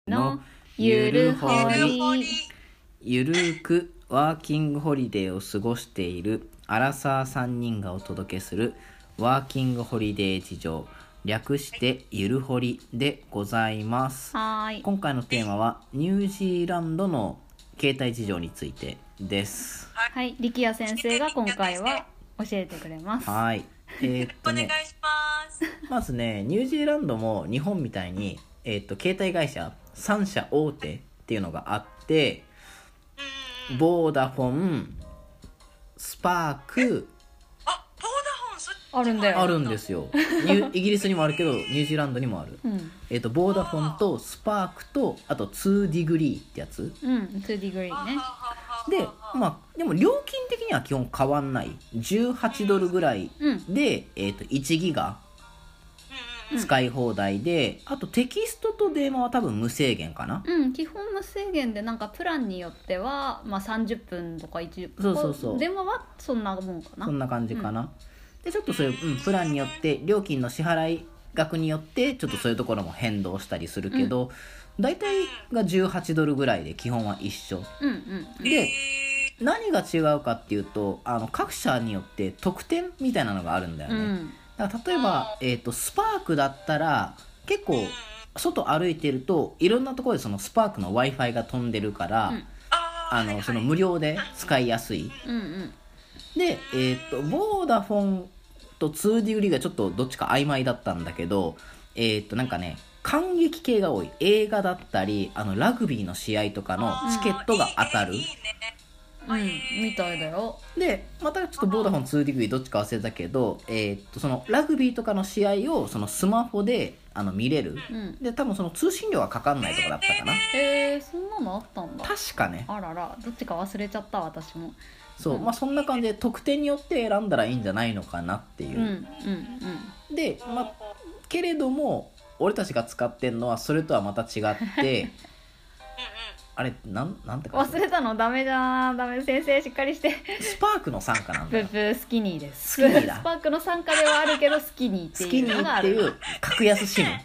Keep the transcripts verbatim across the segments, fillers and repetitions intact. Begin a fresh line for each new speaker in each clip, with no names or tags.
のゆるほり。ゆるーくワーキングホリデーを過ごしているアラサーさんにんがお届けするワーキングホリデー事情、略してゆるほりでございます。
はい。
今回のテーマはニュージーランドの携帯事情についてです。
はい、力也先生が今回は教えてくれます。
はい。えー、っとね、
お願いします。
まずね、ニュージーランドも日本みたいに、えー、っと携帯会社さん社大手っていうのがあって、ボーダフォン、スパーク、
あ、ボーダフォンそっち
あるんだよ。
あるんですよ。ニュイギリスにもあるけどニュージーランドにもある。
うん
えー、っとボーダフォンとスパークとあとにディグリーってやつ
うん、にディグリーね。
で、まあでも料金的には基本変わんない。じゅうはちドルぐらいで、えー、っといちギガ使い放題で、あとテキストと電話は多分無制限かな。
うん、基本無制限で、なんかプランによっては、まあ、さんじゅっぷんとかいちじゅっぷん、
そうそうそう、
電話はそんなもんかな。
そんな感じかな、うん、でちょっとそういう、うん、プランによって料金の支払い額によってちょっとそういうところも変動したりするけど、うん、大体がじゅうはちドルぐらいで基本は一緒、
うんうん、
で何が違うかっていうと、あの各社によって特典みたいなのがあるんだよね、うん、だから例えば、えーと、スパークだったら結構外歩いてるといろんなところでそのスパークの Wi-Fi が飛んでるから、うん、あのその無料で使いやすい、
うんうん、
で、えーと、ボーダフォンと にディグリーがちょっとどっちか曖昧だったんだけど、えーとなんかね観劇系が多い。映画だったりあのラグビーの試合とかのチケットが当たる、
うん、みたいだよ。
でまたちょっとボーダフォンにディグリーどっちか忘れたけど、えー、っとそのラグビーとかの試合をそのスマホであの見れる、うん、で多分その通信料はかかんないとかだったかな。
へえー、そんなのあったんだ。
確かね。
あらら、どっちか忘れちゃった私も。
そう、うん、まあそんな感じで特典によって選んだらいいんじゃないのかなっていう、うんうんうん、で、まあ、けれども俺たちが使ってんのはそれとはまた違ってあれなん、なんて書いてある？
忘れたの？ダメじゃん、ダメ。先生しっかりして。
スパークの傘下なんだよ。
ブブスキニーです。
スキニーだ。
スパークの傘下ではあるけどスキニーっていうのがある。
スキニーっていう格安シム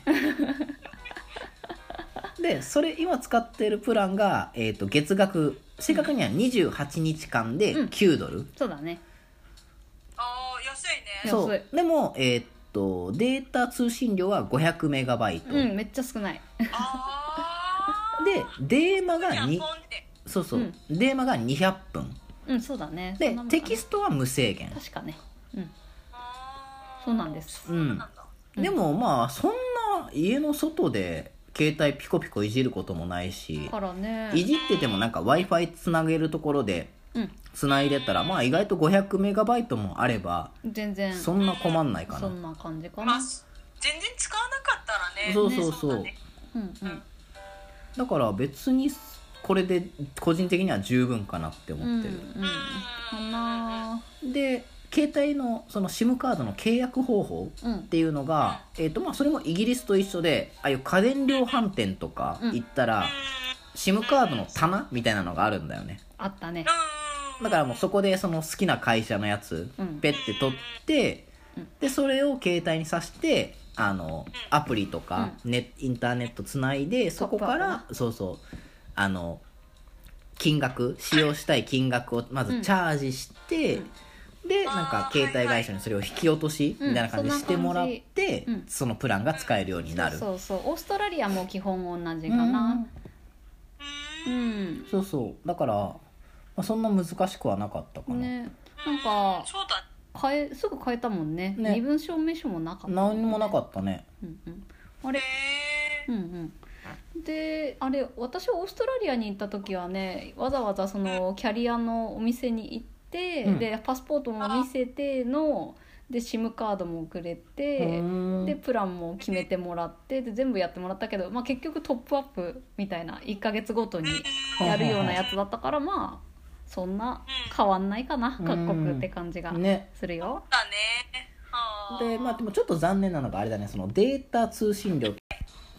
でそれ今使ってるプランが、えーと、月額正確にはにじゅうはちにちかんできゅうドル、うん、
そうだね。
あー安いね。
そうでも、えーと、データ通信量はごひゃくメガバイト、
うん、めっちゃ少ない。
あ
でデーマがにそうそう、うん、デーマがにひゃっぷん、
うん、そうだね。
でテキストは無制限。
確かね、うん、そうなんです、
うん、でもまあそんな家の外で携帯ピコピコいじることもないし、
からね、
いじっててもなんか Wi-Fi つなげるところでつないでたら、まあ意外とごひゃくメガバイトもあれば全然そんな困んないかな。
そんな感じかな、
まあ、全然使わなかったらね。
そうそうそう、
ね、
うんうん、
だから別にこれで個人的には十分かなって思ってる、
うんうん、かな。
で携帯のその SIM カードの契約方法っていうのが、うん、えーとまあ、それもイギリスと一緒で、ああいう家電量販店とか行ったら、うん、SIM カードの棚みたいなのがあるんだよね。
あったね。
だからもうそこでその好きな会社のやつ、うん、ペッて取って、うん、でそれを携帯に挿してあのアプリとか、うん、ネインターネットつないで、そこからそうそうあの金額使用したい金額をまずチャージして、うんうん、でなんか携帯会社にそれを引き落としみたいな感じでしてもらって、うん、そ, そのプランが使えるようになる。
そうそうそう、オーストラリアも基本同じかな、うん、うん、
そうそうだから、まあ、そんな難しくはなかったかな、
ね、なんか変えすぐ変えたもん ね, ね身分証明書もなかった、ね、
何もなかったね、
うんうん、あれ、うんうんであれ私オーストラリアに行った時はね、わざわざそのキャリアのお店に行って、うん、でパスポートも見せてので SIM カードもくれて、でプランも決めてもらってで全部やってもらったけど、まあ、結局トップアップみたいないっかげつごとにやるようなやつだったから、まあそんな変わんないかな、各国って感じがするよ、
ね、
でまあでもちょっと残念なのがあれだね、そのデータ通信料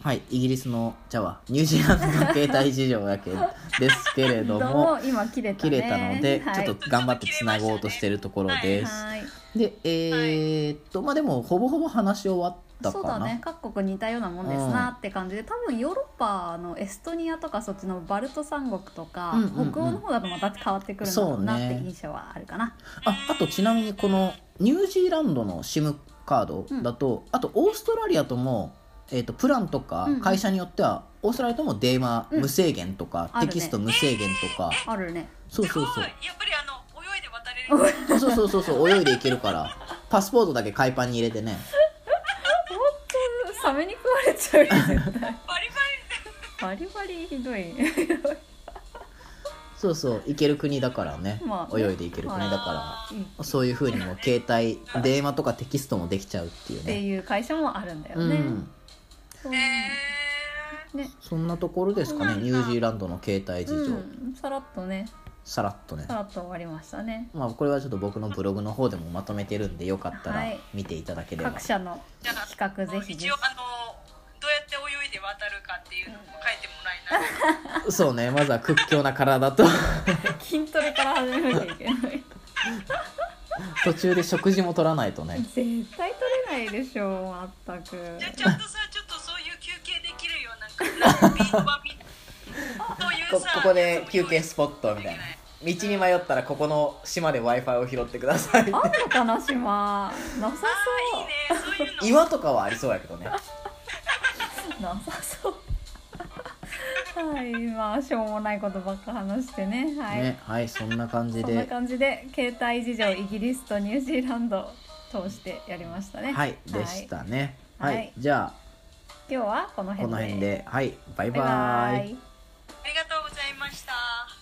はいイギリスのじゃあニュージーランドの携帯事情だけですけれど
どう
も
も今切れたね
切れたので、
はい、
ちょっと頑張ってつなごうとしてるところです、
はい
でえー、っとまあでもほぼほぼ話し終わったかな。
そうだね、各国似たようなもんですなって感じで、多分ヨーロッパのエストニアとかそっちのバルト三国とか、
うんうんうん、
北欧の方だとまた変わってくるんだろうなって印象はあるかな。
あ, あとちなみにこのニュージーランドの SIM カードだと、うん、あとオーストラリアとも、えー、とプランとか会社によっては、うんうん、オーストラリアとも電話無制限とか、うん、テキスト無制限とか
あるね。
そうそうそう、
やっぱりあの泳いで渡れる
そうそうそうそう泳いでいけるからパスポートだけ海パンに入れてね
本当サメに食われちゃうよ絶対
バリ
バリバリひどい
そうそう行ける国だからね、まあ、泳いで行ける国だから、はい、そういう風にも携帯電話とかテキストもできちゃうっていうね
っていう会社もあるんだよね、うん
え
ーね、そんなところですかね、ニュージーランドの携帯事情、うん、
さらっとね
さらっとね
さらっと終わりましたね。
まあこれはちょっと僕のブログの方でもまとめてるんでよかったら見ていただければ、
はい、各社の比較ぜひ
一応あのどうやって泳いで渡るかっていうのも書いてもらえない、
うん、そうねまずは屈強な体と
筋トレから始めなきゃいけない
途中で食事も取らないとね
絶対取れないでしょまったく。
じゃあちゃんとさちょっとそういう休憩できるようななんかビートバビそういう
こ,
さ
ここで休憩スポットみたいな道に迷ったらこここの島で Wi-Fi を拾ってください
あんのかな島なさそう。
いいねそういうの
岩とかはありそうやけどね
なさそうはいまあしょうもないことばっか話してねはい
ねはいそんな感じで
そんな感じで携帯事情イギリスとニュージーランド通してやりましたね。
はいでしたねはい、
はい、
じゃあ
今日はこの辺で
この辺ではいバイバイ、
バイバイ。
ありがとうございました。